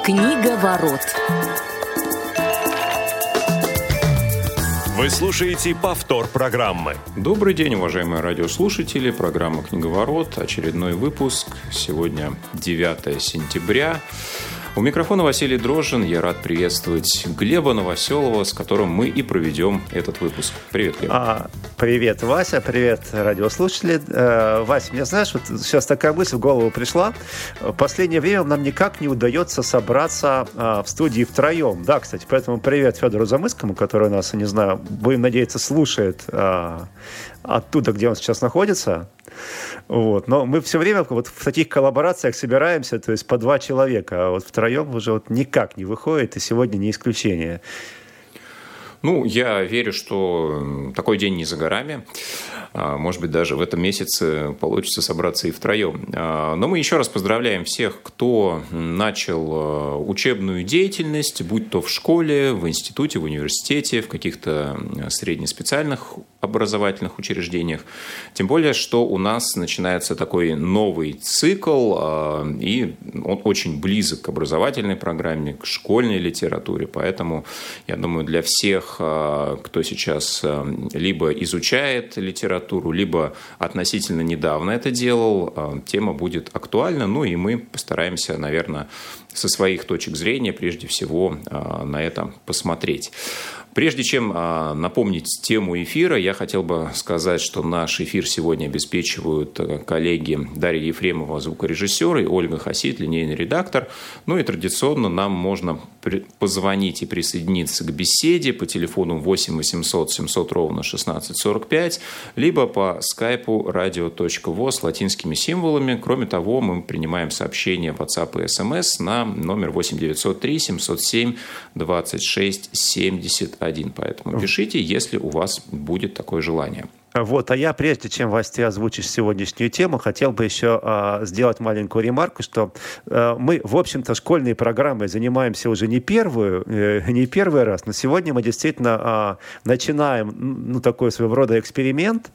Книга ворот. Вы слушаете повтор программы. Добрый день, уважаемые радиослушатели. Программа «Книговорот». Очередной выпуск. Сегодня 9 сентября. У микрофона Василий Дрожжин. Я рад приветствовать Глеба Новоселова, с которым мы и проведем этот выпуск. Привет, Глеб. Привет, Вася. Привет, радиослушатели. Вася, мне, знаешь, вот сейчас такая мысль в голову пришла. В последнее время нам никак не удается собраться в студии втроем. Да, кстати, поэтому привет Федору Замыскому, который нас, не знаю, будем надеяться, слушает оттуда, где он сейчас находится. Вот. Но мы все время вот в таких коллаборациях собираемся, то есть по 2 человека, а вот втроем уже вот никак не выходит, и сегодня не исключение. Ну, я верю, что такой день не за горами. Может быть, даже в этом месяце получится собраться и втроем. Но мы еще раз поздравляем всех, кто начал учебную деятельность, будь то в школе, в институте, в университете, в каких-то среднеспециальных образовательных учреждениях. Тем более, что у нас начинается такой новый цикл, и он очень близок к образовательной программе, к школьной литературе. Поэтому, я думаю, для всех, кто сейчас либо изучает литературу, либо относительно недавно это делал, тема будет актуальна. Ну и мы постараемся, наверное, со своих точек зрения прежде всего на это посмотреть. Прежде чем напомнить тему эфира, я хотел бы сказать, что наш эфир сегодня обеспечивают коллеги Дарья Ефремова, звукорежиссер, и Ольга Хасид, линейный редактор. Ну и традиционно нам можно позвонить и присоединиться к беседе по телефону 8 800 700 ровно 1645, либо по скайпу radio.voz с латинскими символами. Кроме того, мы принимаем сообщения в WhatsApp и SMS на номер 8 903 707 26 71. Поэтому пишите, если у вас будет такое желание. Вот, а я, прежде чем, Вася, ты озвучишь сегодняшнюю тему, хотел бы еще сделать маленькую ремарку, что мы, в общем-то, школьной программой занимаемся уже не первый раз, но сегодня мы действительно начинаем такой своего рода эксперимент,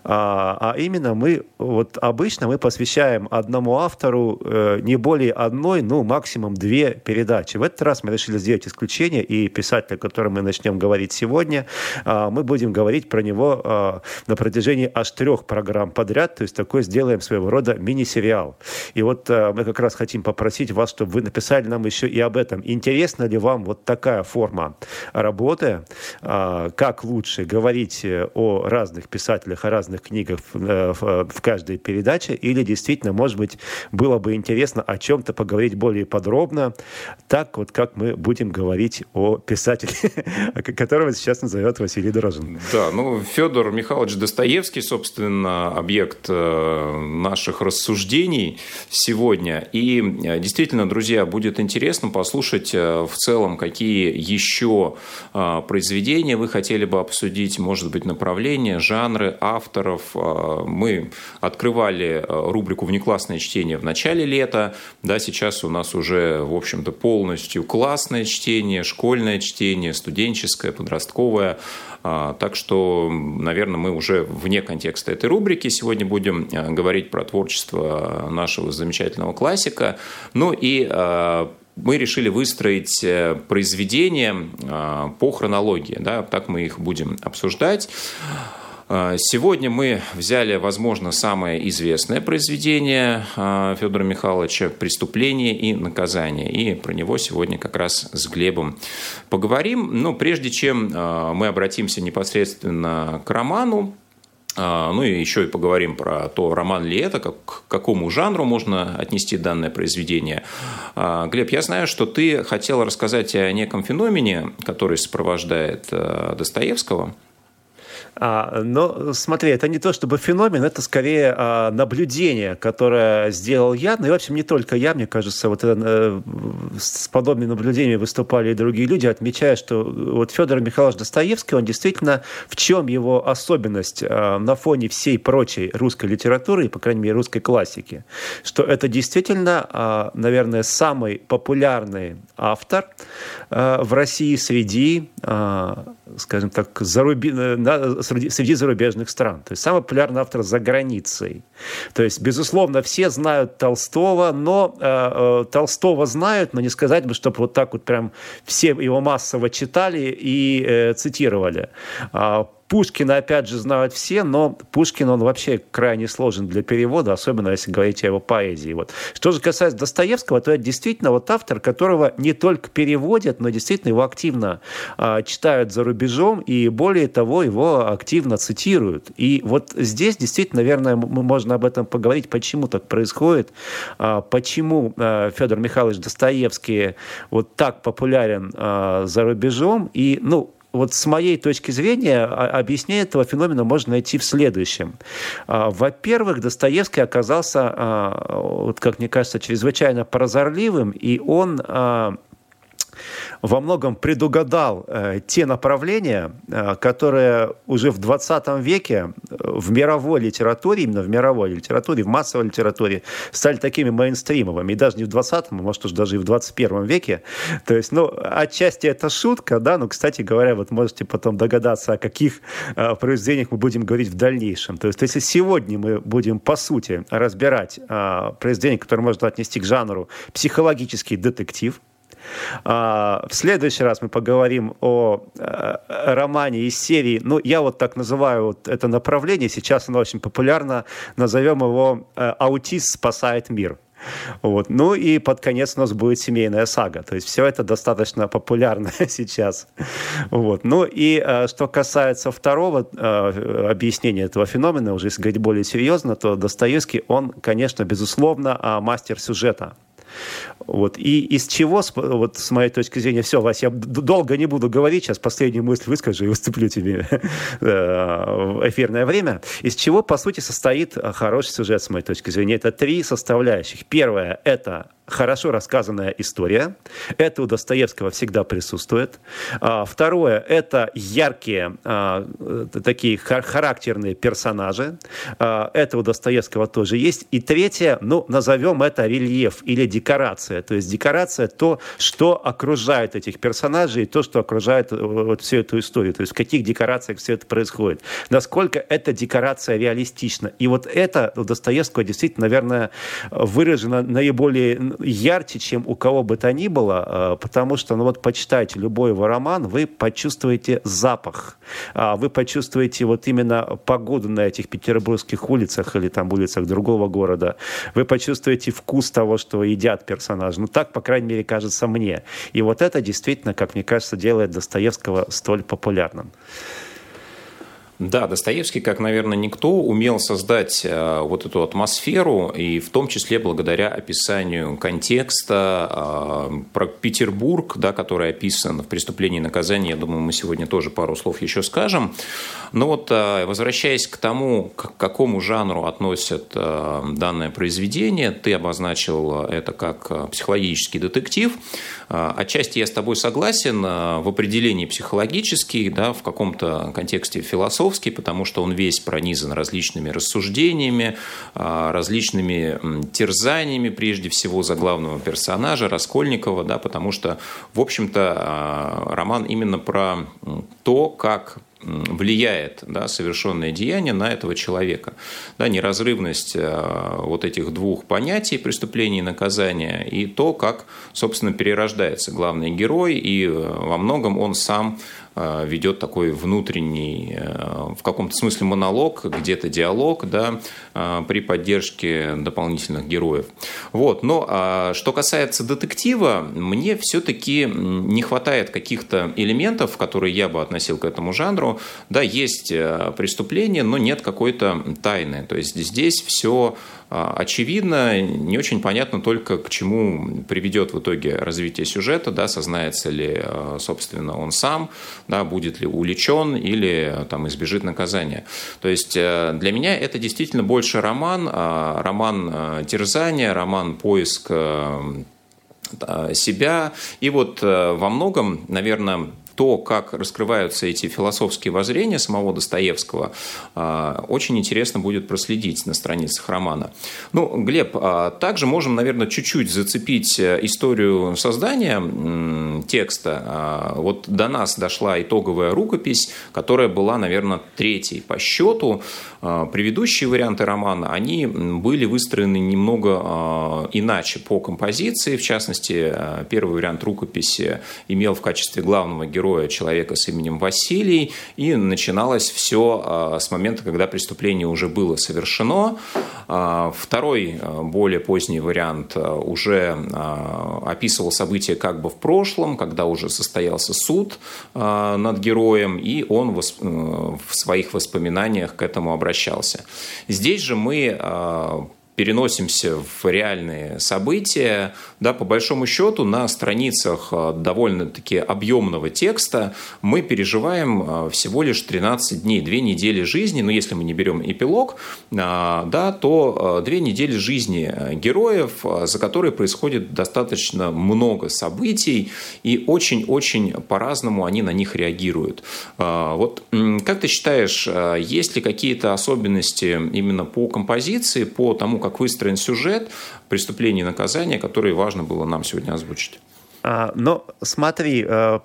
а именно мы, вот обычно мы посвящаем одному автору не более одной, максимум 2 передачи. В этот раз мы решили сделать исключение, и писатель, о котором мы начнем говорить сегодня, мы будем говорить про него на протяжении аж 3 программ подряд, то есть такой сделаем своего рода мини-сериал. И вот мы как раз хотим попросить вас, чтобы вы написали нам еще и об этом. Интересна ли вам вот такая форма работы? Как лучше говорить о разных писателях, о разных книгах в каждой передаче? Или действительно, может быть, было бы интересно о чем-то поговорить более подробно, так вот, как мы будем говорить о писателе, которого сейчас назовет Василий Дрожжин. Да, Федор Михайлович Достоевский, собственно, объект наших рассуждений сегодня. И действительно, друзья, будет интересно послушать в целом, какие еще произведения вы хотели бы обсудить, может быть, направления, жанры, авторов. Мы открывали рубрику «Внеклассное чтение» в начале лета. Да, сейчас у нас уже, в общем-то, полностью классное чтение, школьное чтение, студенческое, подростковое. Так что, наверное, мы уже вне контекста этой рубрики. Сегодня будем говорить про творчество нашего замечательного классика. Ну и мы решили выстроить произведения по хронологии. Да, так мы их будем обсуждать. Сегодня мы взяли, возможно, самое известное произведение Федора Михайловича «Преступление и наказание». И про него сегодня как раз с Глебом поговорим. Но прежде чем мы обратимся непосредственно к роману, и еще и поговорим про то, роман ли это, к какому жанру можно отнести данное произведение. Глеб, я знаю, что ты хотел рассказать о неком феномене, который сопровождает Достоевского. Но смотри, это не то чтобы феномен, это скорее наблюдение, которое сделал я, и, в общем, не только я, мне кажется, с подобными наблюдениями выступали и другие люди, отмечая, что вот Федор Михайлович Достоевский, он действительно, в чем его особенность на фоне всей прочей русской литературы, и, по крайней мере, русской классики, что это действительно, наверное, самый популярный автор в России среди скажем так, среди зарубежных стран. То есть самый популярный автор за границей. То есть, безусловно, все знают Толстого, но Толстого знают, но не сказать бы, чтобы вот так вот прям все его массово читали и цитировали. Пушкина, опять же, знают все, но Пушкин, он вообще крайне сложен для перевода, особенно если говорить о его поэзии. Вот. Что же касается Достоевского, то это действительно вот автор, которого не только переводят, но действительно его активно читают за рубежом, и более того, его активно цитируют. И вот здесь действительно, наверное, можно об этом поговорить, почему так происходит, почему Федор Михайлович Достоевский вот так популярен за рубежом, и, вот с моей точки зрения, объяснение этого феномена можно найти в следующем. Во-первых, Достоевский оказался, вот как мне кажется, чрезвычайно прозорливым, и он во многом предугадал те направления, которые уже в 20 веке в мировой литературе, именно в мировой литературе, в массовой литературе стали такими мейнстримовыми. И даже не в 20-м, может, уже даже и в 21 веке. То есть, отчасти это шутка, да, но, кстати говоря, вот можете потом догадаться, о каких произведениях мы будем говорить в дальнейшем. То есть, если сегодня мы будем, по сути, разбирать произведения, которые можно отнести к жанру психологический детектив, в следующий раз мы поговорим о романе из серии, я вот так называю вот это направление, сейчас оно очень популярно, назовем его «Аутист спасает мир». Вот. И под конец у нас будет семейная сага. То есть все это достаточно популярно сейчас. Вот. И что касается второго объяснения этого феномена, уже если говорить более серьезно, то Достоевский, он, конечно, безусловно, мастер сюжета. Вот. И из чего, вот с моей точки зрения, все, Вася, я долго не буду говорить, сейчас последнюю мысль выскажу и выступлю тебе в эфирное время. Из чего, по сути, состоит хороший сюжет, с моей точки зрения? Это 3 составляющих. Первое – это хорошо рассказанная история. Это у Достоевского всегда присутствует. Второе – это яркие, такие характерные персонажи. Это у Достоевского тоже есть. И третье, назовем это рельеф или декорация. То есть декорация – то, что окружает этих персонажей, то, что окружает вот всю эту историю. То есть в каких декорациях все это происходит. Насколько эта декорация реалистична. И вот это у Достоевского действительно, наверное, выражено наиболее ярче, чем у кого бы то ни было, потому что, почитайте любой его роман, вы почувствуете запах, вы почувствуете вот именно погоду на этих петербургских улицах или там улицах другого города, вы почувствуете вкус того, что едят персонажи. Так, по крайней мере, кажется мне. И вот это действительно, как мне кажется, делает Достоевского столь популярным. Да, Достоевский, как, наверное, никто, умел создать вот эту атмосферу, и в том числе благодаря описанию контекста про Петербург, да, который описан в «Преступлении и наказании». Я думаю, мы сегодня тоже пару слов еще скажем. Но вот, возвращаясь к тому, к какому жанру относят данное произведение, ты обозначил это как психологический детектив. Отчасти я с тобой согласен в определении психологический, да, в каком-то контексте философский, потому что он весь пронизан различными рассуждениями, различными терзаниями, прежде всего, за главного персонажа Раскольникова, да, потому что, в общем-то, роман именно про то, как влияет, да, совершенное деяние на этого человека. Да, неразрывность вот этих 2 понятий преступления и наказания и то, как, собственно, перерождается главный герой, и во многом он сам ведет такой внутренний, в каком-то смысле, монолог, где-то диалог, да, при поддержке дополнительных героев. Вот. Но что касается детектива, мне все-таки не хватает каких-то элементов, которые я бы относил к этому жанру. Да, есть преступление, но нет какой-то тайны. То есть здесь все очевидно, не очень понятно только, к чему приведет в итоге развитие сюжета, да, сознается ли, собственно, он сам, да, будет ли увлечен или там, избежит наказания. То есть для меня это действительно больше роман терзания, роман поиска себя. И вот во многом, наверное, то, как раскрываются эти философские воззрения самого Достоевского, очень интересно будет проследить на страницах романа. Ну, Глеб, также можем, наверное, чуть-чуть зацепить историю создания текста. Вот до нас дошла итоговая рукопись, которая была, наверное, третьей по счету. Предыдущие варианты романа, они были выстроены немного иначе по композиции. В частности, первый вариант рукописи имел в качестве главного героя человека с именем Василий, и начиналось все с момента, когда преступление уже было совершено. Второй, более поздний вариант уже описывал события как бы в прошлом, когда уже состоялся суд над героем, и он в своих воспоминаниях к этому обращался. Здесь же мы переносимся в реальные события. Да, по большому счету, на страницах довольно-таки объемного текста мы переживаем всего лишь 13 дней, 2 недели жизни, но если мы не берем эпилог, да, то 2 недели жизни героев, за которые происходит достаточно много событий, и очень-очень по-разному они на них реагируют. Вот как ты считаешь, есть ли какие-то особенности именно по композиции, по тому, как выстроен сюжет преступления и наказания, которые важно было нам сегодня озвучить? Но смотри,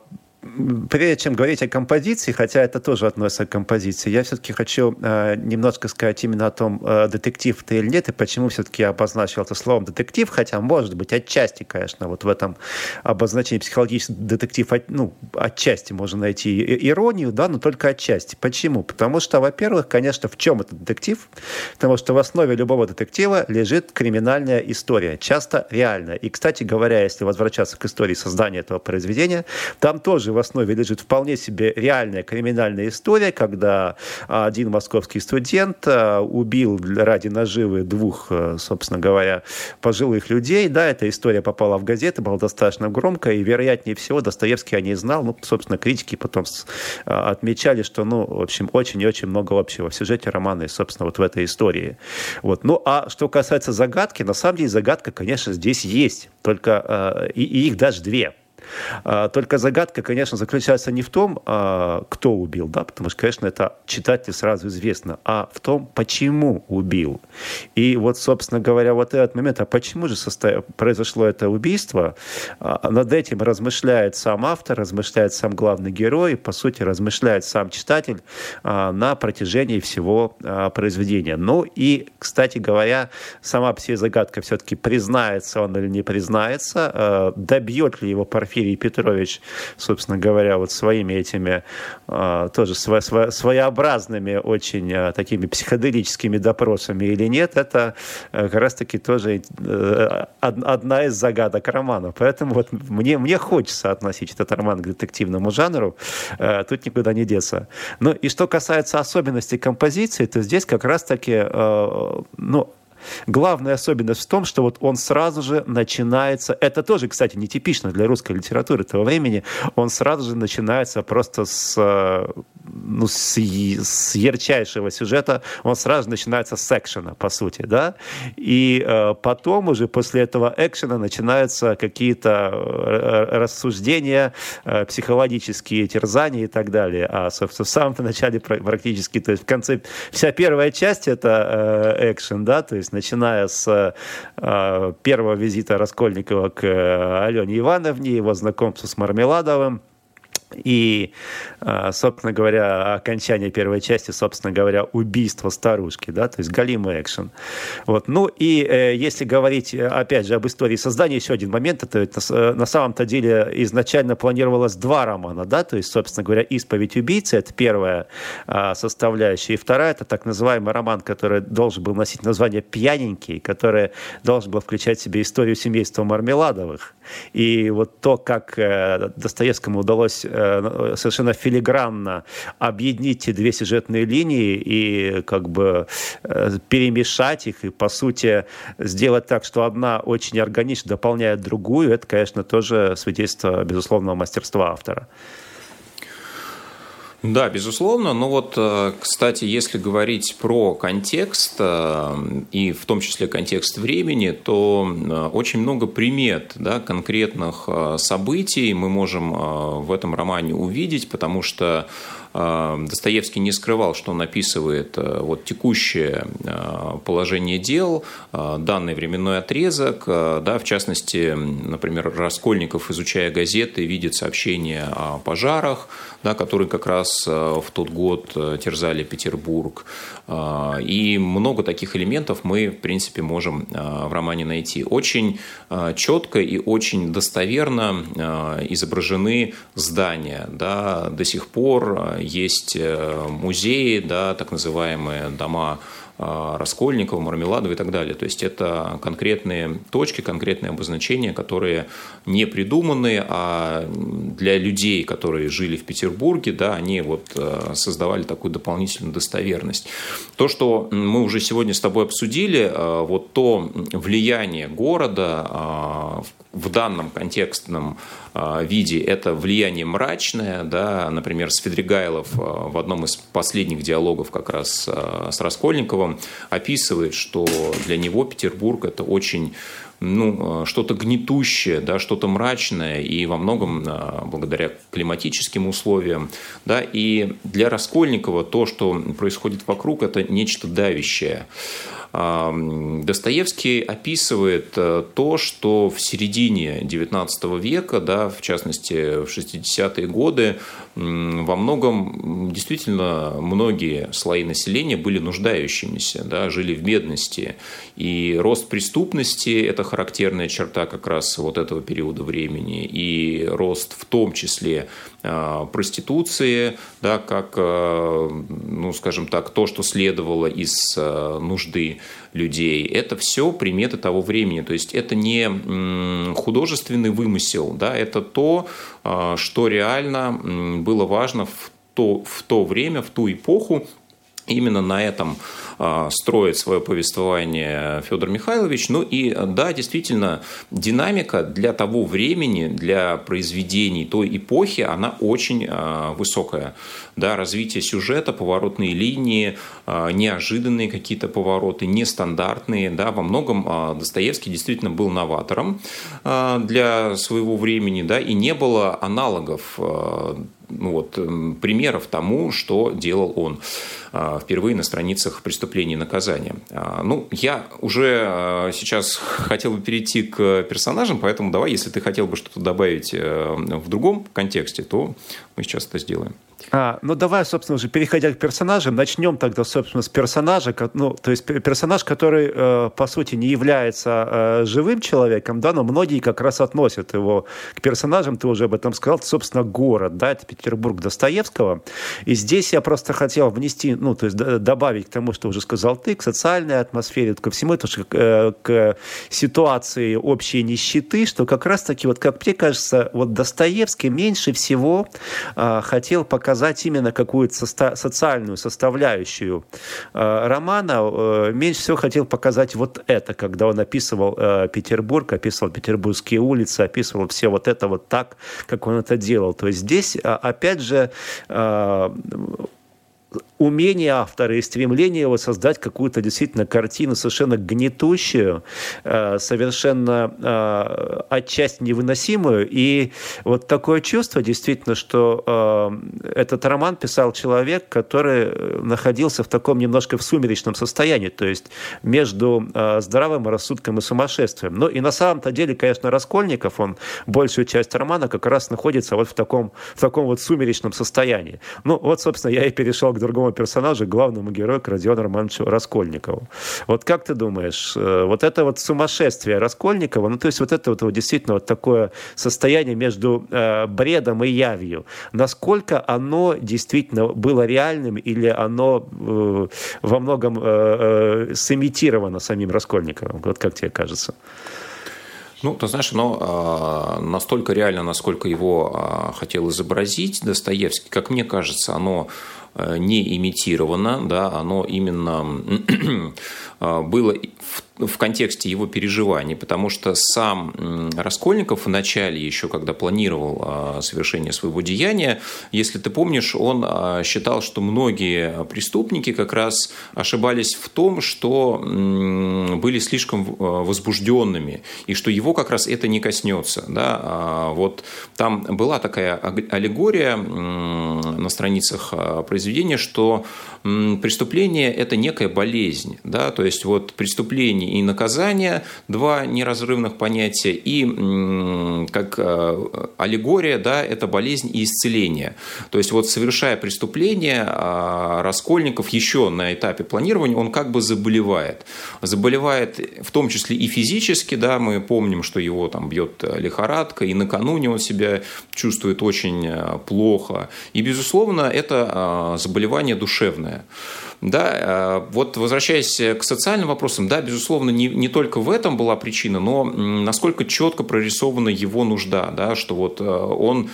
прежде чем говорить о композиции, хотя это тоже относится к композиции, я все-таки хочу немножко сказать именно о том, детектив ты или нет, и почему все-таки я обозначил это словом детектив, хотя, может быть, отчасти, конечно, вот в этом обозначении психологический детектив, ну, отчасти можно найти иронию, да, но только отчасти. Почему? Потому что, во-первых, конечно, в чем этот детектив? Потому что в основе любого детектива лежит криминальная история, часто реальная. И, кстати говоря, если возвращаться к истории создания этого произведения, там тоже в основе лежит вполне себе реальная криминальная история, когда один московский студент убил ради наживы 2, собственно говоря, пожилых людей. Да, эта история попала в газеты, была достаточно громкая, и, вероятнее всего, Достоевский о ней знал. Ну, собственно, критики потом отмечали, что, ну, в общем, очень и очень много общего в сюжете романа и, собственно, вот в этой истории. Вот. Ну, а что касается загадки, на самом деле загадка, конечно, здесь есть, только и их даже 2. Только загадка, конечно, заключается не в том, кто убил, да, потому что, конечно, это читателю сразу известно, а в том, почему убил. И вот, собственно говоря, вот этот момент, а почему же произошло это убийство, над этим размышляет сам автор, размышляет сам главный герой, и, по сути, размышляет сам читатель на протяжении всего произведения. Ну и, кстати говоря, сама по себе загадка все-таки, признается он или не признается, добьет ли его Порфирий Петрович, собственно говоря, вот своими этими тоже своеобразными, очень такими психоделическими допросами или нет, это как раз-таки тоже одна из загадок романа. Поэтому вот мне хочется относить этот роман к детективному жанру, тут никуда не деться. Ну и что касается особенностей композиции, то здесь как раз-таки, ну, главная особенность в том, что вот он сразу же начинается, это тоже, кстати, нетипично для русской литературы того времени, он сразу же начинается просто с ярчайшего сюжета, он сразу начинается с экшена, по сути, да, и потом уже после этого экшена начинаются какие-то рассуждения, психологические терзания и так далее, а, собственно, в самом-то начале практически, то есть в конце, вся первая часть это экшен, да, то есть начиная с первого визита Раскольникова к Алене Ивановне, его знакомству с Мармеладовым, и, собственно говоря, окончание первой части, собственно говоря, убийство старушки, да, то есть галимый экшен. Вот. Ну и если говорить, опять же, об истории создания, еще один момент, это на самом-то деле изначально планировалось 2 романа, да, то есть, собственно говоря, «Исповедь убийцы» — это первая составляющая, и вторая — это так называемый роман, который должен был носить название «Пьяненький», который должен был включать в себя историю семейства Мармеладовых. И вот то, как Достоевскому удалось совершенно филигранно объединить эти 2 сюжетные линии и как бы перемешать их и, по сути, сделать так, что одна очень органично дополняет другую, это, конечно, тоже свидетельство безусловного мастерства автора. Да, безусловно. Но вот, кстати, если говорить про контекст, и в том числе контекст времени, то очень много примет, да, конкретных событий мы можем в этом романе увидеть, потому что Достоевский не скрывал, что он описывает вот текущее положение дел, данный временной отрезок. Да, в частности, например, Раскольников, изучая газеты, видит сообщения о пожарах, да, которые как раз в тот год терзали Петербург. И много таких элементов мы, в принципе, можем в романе найти. Очень четко и очень достоверно изображены здания. Да, до сих пор есть музеи, да, так называемые дома Раскольникова, Мармеладова и так далее. То есть это конкретные точки, конкретные обозначения, которые не придуманы, а для людей, которые жили в Петербурге, да, они вот создавали такую дополнительную достоверность. То, что мы уже сегодня с тобой обсудили, вот то влияние города в данном контекстном виде, это влияние мрачное, да, например, Свидригайлов в одном из последних диалогов как раз с Раскольниковым описывает, что для него Петербург – это очень что-то гнетущее, да, что-то мрачное, и во многом благодаря климатическим условиям. Да, и для Раскольникова то, что происходит вокруг, это нечто давящее. Достоевский описывает то, что в середине XIX века, да, в частности в 60-е годы, во многом действительно многие слои населения были нуждающимися, да, жили в бедности. И рост преступности – это характерная черта как раз вот этого периода времени. И рост в том числе проституции, да, как, скажем так, то, что следовало из нужды людей. Это все приметы того времени. То есть это не художественный вымысел, да, это то, что реально было важно в то время, в ту эпоху. Именно на этом строит свое повествование Федор Михайлович. Ну и да, действительно, динамика для того времени, для произведений той эпохи, она очень высокая. Да, развитие сюжета, поворотные линии, неожиданные какие-то повороты, нестандартные. Да, во многом Достоевский действительно был новатором для своего времени, да, и не было аналогов, примеров тому, что делал он впервые на страницах «Преступления и наказания». Я уже сейчас хотел бы перейти к персонажам, поэтому давай, если ты хотел бы что-то добавить в другом контексте, то мы сейчас это сделаем. Давай, собственно, уже переходя к персонажам, начнем тогда, собственно, с персонажа, то есть персонаж, который, по сути, не является живым человеком, да, но многие как раз относят его к персонажам, ты уже об этом сказал, это, собственно, город, да, это Петербург Достоевского, и здесь я просто хотел внести, то есть добавить к тому, что уже сказал ты, к социальной атмосфере, ко всему, к ситуации общей нищеты, что как раз-таки, вот как мне кажется, вот Достоевский меньше всего хотел показать именно какую-то социальную составляющую романа, меньше всего хотел показать вот это, когда он описывал Петербург, описывал петербургские улицы, описывал все вот это вот так, как он это делал. То есть здесь, опять же, умение автора и стремление его создать какую-то действительно картину совершенно гнетущую, совершенно отчасти невыносимую. И вот такое чувство действительно, что этот роман писал человек, который находился в таком немножко в сумеречном состоянии, то есть между здравым рассудком и сумасшествием. Ну и на самом-то деле, конечно, Раскольников, он большую часть романа как раз находится вот в таком вот сумеречном состоянии. Собственно, я и перешел к другому персонажу, главному герою, к Родиону Романовичу Раскольникову. Вот как ты думаешь, вот это вот сумасшествие Раскольникова, то есть вот это вот действительно вот такое состояние между бредом и явью, насколько оно действительно было реальным или оно во многом сымитировано самим Раскольниковым? Вот как тебе кажется? Ты знаешь, оно настолько реально, насколько его хотел изобразить Достоевский, как мне кажется, оно не имитировано, да, оно именно было в контексте его переживаний, потому что сам Раскольников в начале, еще когда планировал совершение своего деяния, если ты помнишь, он считал, что многие преступники как раз ошибались в том, что были слишком возбужденными, и что его как раз это не коснется. Да? Вот там была такая аллегория на страницах произведения, что преступление – это некая болезнь. Да? То есть вот преступление и наказание – два неразрывных понятия, и как аллегория, да, это болезнь и исцеление. То есть вот совершая преступление, Раскольников еще на этапе планирования, он как бы заболевает. Заболевает в том числе и физически, да, мы помним, что его там бьет лихорадка, и накануне он себя чувствует очень плохо. И, безусловно, это заболевание душевное. Да, вот возвращаясь к социальным вопросам, да, безусловно, не только в этом была причина, но насколько четко прорисована его нужда, да, что вот он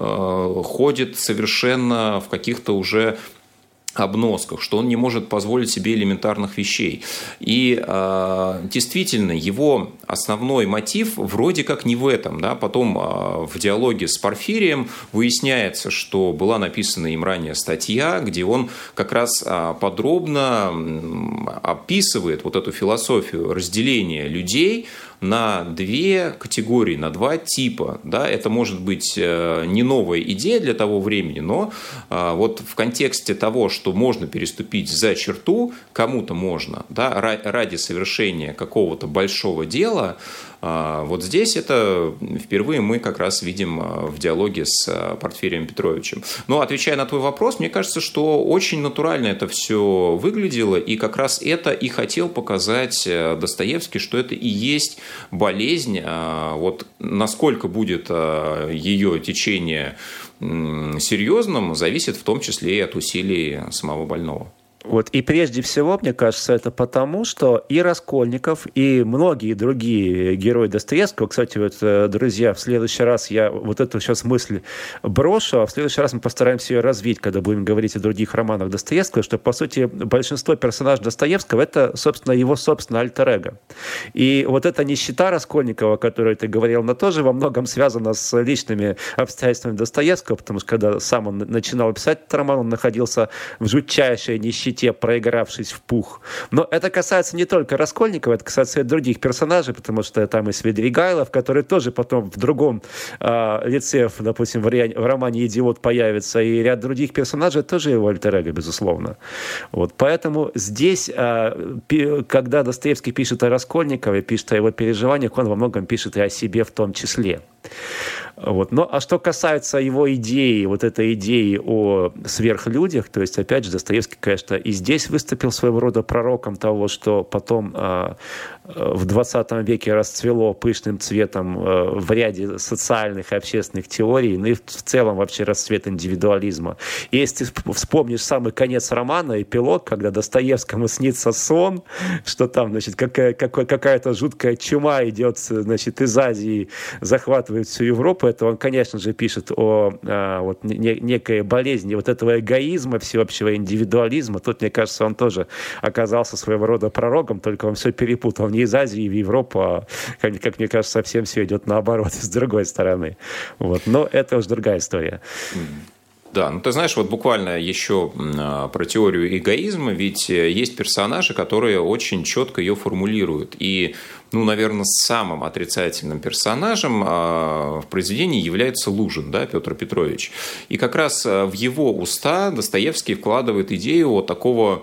ходит совершенно в каких-то уже обносках, что он не может позволить себе элементарных вещей. И действительно, его основной мотив вроде как не в этом. Да? Потом в диалоге с Порфирием выясняется, что была написана им ранее статья, где он как раз подробно описывает вот эту философию разделения людей на две категории, на два типа. Да? Это может быть не новая идея для того времени, но вот в контексте того, что можно переступить за черту, кому-то можно, да, ради совершения какого-то большого дела, вот здесь это впервые мы как раз видим в диалоге с Порфирием Петровичем. Но отвечая на твой вопрос, мне кажется, что очень натурально это все выглядело, и как раз это и хотел показать Достоевский, что это и есть болезнь. Вот насколько будет ее течение серьезным, зависит в том числе и от усилий самого больного. Вот. И прежде всего, мне кажется, это потому, что и Раскольников, и многие другие герои Достоевского, кстати, вот, друзья, в следующий раз я вот эту сейчас мысль брошу, а в следующий раз мы постараемся ее развить, когда будем говорить о других романах Достоевского, что, по сути, большинство персонажей Достоевского – это, собственно, его собственное альтер-эго. И вот эта нищета Раскольникова, о которой ты говорил, она тоже во многом связана с личными обстоятельствами Достоевского, потому что когда сам он начинал писать этот роман, он находился в жутчайшей нищете, проигравшись в пух. Но это касается не только Раскольникова, это касается и других персонажей, потому что там и Свидригайлов, который тоже потом в другом лице, допустим, в романе «Идиот» появится, и ряд других персонажей тоже его альтер-эго, безусловно. Вот. Поэтому здесь, когда Достоевский пишет о Раскольникове, пишет о его переживаниях, он во многом пишет и о себе в том числе. Вот. Ну, а что касается его идеи, вот этой идеи о сверхлюдях, то есть, опять же, Достоевский, конечно, и здесь выступил своего рода пророком того, что потом в 20 веке расцвело пышным цветом в ряде социальных и общественных теорий, ну и в целом вообще расцвет индивидуализма. И если ты вспомнишь самый конец романа, эпилог, когда Достоевскому снится сон, что там, значит, какая-то жуткая чума идет, значит, из Азии, захватывает всю Европу, это он, конечно же, пишет о вот, некой болезни вот этого эгоизма, всеобщего индивидуализма. Тут, мне кажется, он тоже оказался своего рода пророком, только он все перепутал. Не из Азии в Европу, а, как мне кажется, совсем все идет наоборот, с другой стороны. Вот. Но это уже другая история. Да, ну ты знаешь, вот буквально еще про теорию эгоизма, ведь есть персонажи, которые очень четко ее формулируют. И, ну, наверное, самым отрицательным персонажем в произведении является Лужин, да, Петр Петрович. И как раз в его уста Достоевский вкладывает идею вот такого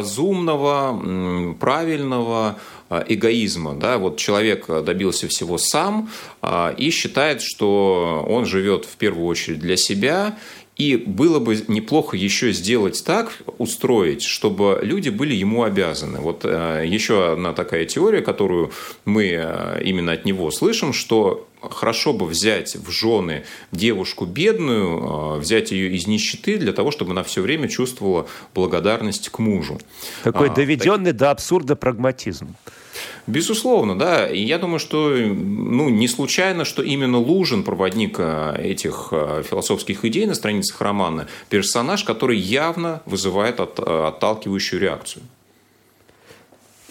разумного, правильного эгоизма. Да? Вот человек добился всего сам и считает, что он живет в первую очередь для себя. И было бы неплохо еще сделать так, устроить, чтобы люди были ему обязаны. Вот еще одна такая теория, которую мы именно от него слышим, что хорошо бы взять в жены девушку бедную, взять ее из нищеты для того, чтобы она все время чувствовала благодарность к мужу. Такой доведенный до абсурда прагматизм. Безусловно, да. И я думаю, что не случайно, что именно Лужин, проводник этих философских идей на страницах романа, персонаж, который явно вызывает отталкивающую реакцию.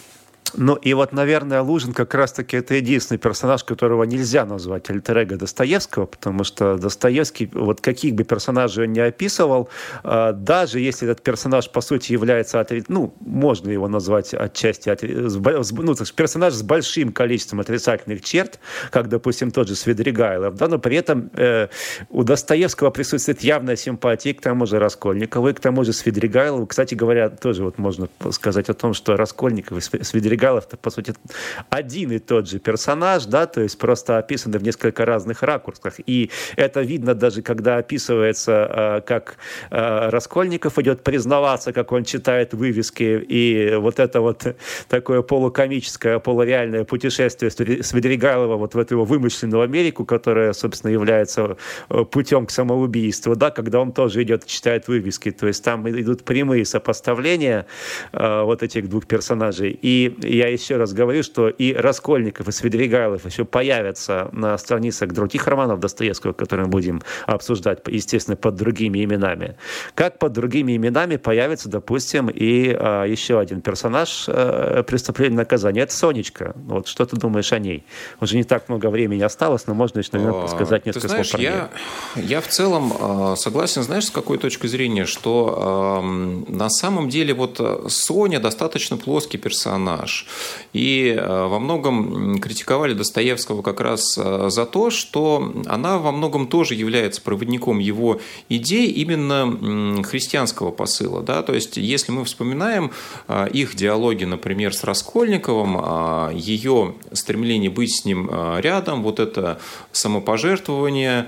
Ну и вот, наверное, Лужин как раз-таки это единственный персонаж, которого нельзя назвать альтер-эго Достоевского, потому что Достоевский, вот каких бы персонажей он ни описывал, даже если этот персонаж, по сути, является, ну, можно его назвать отчасти, ну, персонаж с большим количеством отрицательных черт, как, допустим, тот же Свидригайлов, да, но при этом у Достоевского присутствует явная симпатия к тому же Раскольникову и к тому же Свидригайлову. Кстати говоря, тоже вот можно сказать о том, что Раскольников и Свидригайлов это, по сути, один и тот же персонаж, да, то есть просто описаны в несколько разных ракурсах. И это видно даже, когда описывается, как Раскольников идет признаваться, как он читает вывески, и вот это вот такое полукомическое, полуреальное путешествие Свидригайлова вот в эту его вымышленную Америку, которая, собственно, является путем к самоубийству, да, когда он тоже идет и читает вывески. То есть там идут прямые сопоставления вот этих двух персонажей. И я еще раз говорю, что и Раскольников, и Свидригайлов еще появятся на страницах других романов Достоевского, которые мы будем обсуждать, естественно, под другими именами. Как под другими именами появится, допустим, и еще один персонаж «Преступление и наказание». Это Сонечка. Вот что ты думаешь о ней? Уже не так много времени осталось, но можно еще, наверное, сказать несколько слов про нее. Я в целом согласен, знаешь, с какой точки зрения, что на самом деле вот Соня достаточно плоский персонаж. И во многом критиковали Достоевского как раз за то, что она во многом тоже является проводником его идей именно христианского посыла. Да? То есть, если мы вспоминаем их диалоги, например, с Раскольниковым, ее стремление быть с ним рядом, вот это самопожертвование,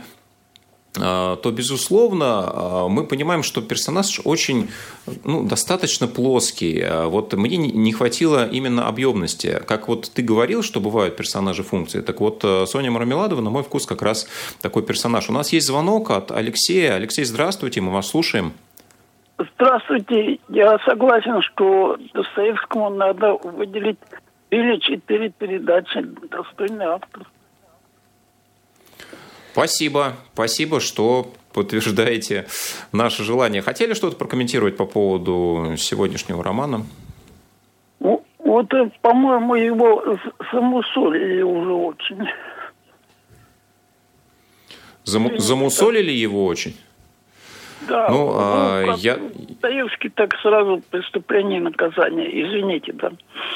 то, безусловно, мы понимаем, что персонаж очень, достаточно плоский. Вот мне не хватило именно объемности. Как вот ты говорил, что бывают персонажи функции, так вот Соня Мармеладова, на мой вкус, как раз такой персонаж. У нас есть звонок от Алексея. Алексей, здравствуйте, мы вас слушаем. Здравствуйте. Я согласен, что Достоевскому надо выделить 3 или 4 передачи. Достойный автор. Спасибо, что подтверждаете наше желание. Хотели что-то прокомментировать по поводу сегодняшнего романа? Вот, по-моему, его замусолили уже очень. Замусолили его очень? Да, Достоевский так сразу «Преступление и наказание». Извините, да.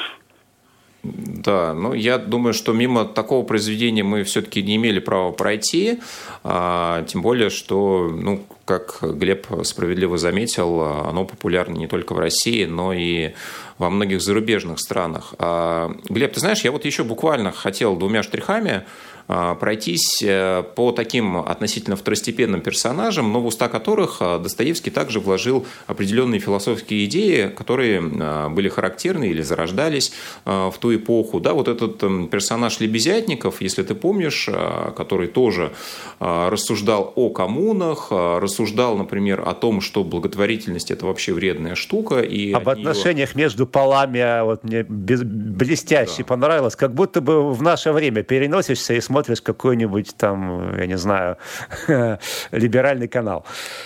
Да, я думаю, что мимо такого произведения мы все-таки не имели права пройти, тем более, что, как Глеб справедливо заметил, оно популярно не только в России, но и во многих зарубежных странах. Глеб, ты знаешь, я вот еще буквально хотел 2 штрихами пройтись по таким относительно второстепенным персонажам, но в уста которых Достоевский также вложил определенные философские идеи, которые были характерны или зарождались в ту эпоху. Да, вот этот персонаж Лебезятников, если ты помнишь, который тоже рассуждал о коммунах, рассуждал, например, о том, что благотворительность – это вообще вредная штука. И об отношениях между полами вот мне блестяще понравилось. Как будто бы в наше время переносишься и смотришь какой-нибудь там, я не знаю, либеральный канал.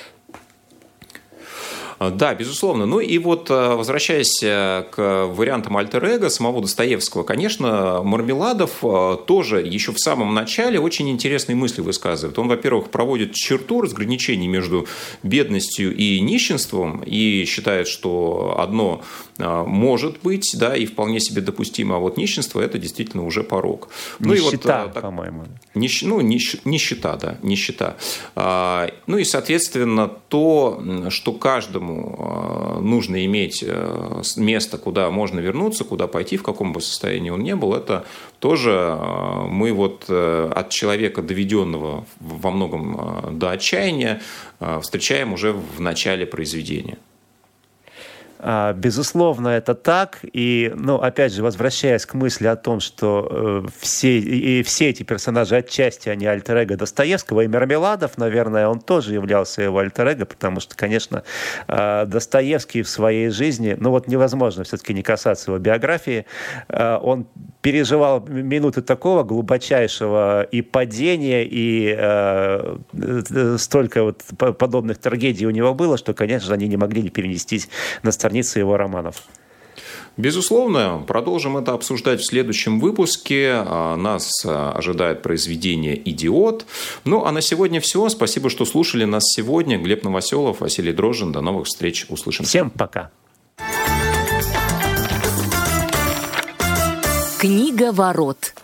Да, безусловно. И вот, возвращаясь к вариантам альтер-эго самого Достоевского, конечно, Мармеладов тоже еще в самом начале очень интересные мысли высказывает. Он, во-первых, проводит черту разграничений между бедностью и нищенством и считает, что одно может быть, да, и вполне себе допустимо, а вот нищенство – это действительно уже порок. Нищета, по-моему. Нищета, да, нищета. И, соответственно, то, что каждому нужно иметь место, куда можно вернуться, куда пойти, в каком бы состоянии он ни был, это тоже мы вот от человека, доведенного во многом до отчаяния, встречаем уже в начале произведения. Безусловно, это так. И, опять же, возвращаясь к мысли о том, что все эти персонажи отчасти, они альтер-эго Достоевского, и Мармеладов, наверное, он тоже являлся его альтер-эго, потому что, конечно, Достоевский в своей жизни, невозможно все-таки не касаться его биографии, он переживал минуты такого глубочайшего и падения, и столько вот подобных трагедий у него было, что, конечно же, они не могли не перенестись на страницы его романов. Безусловно, продолжим это обсуждать в следующем выпуске. Нас ожидает произведение «Идиот». Ну, а на сегодня все. Спасибо, что слушали нас сегодня. Глеб Новоселов, Василий Дрожжин. До новых встреч. Услышимся. Всем пока. Книга ворот.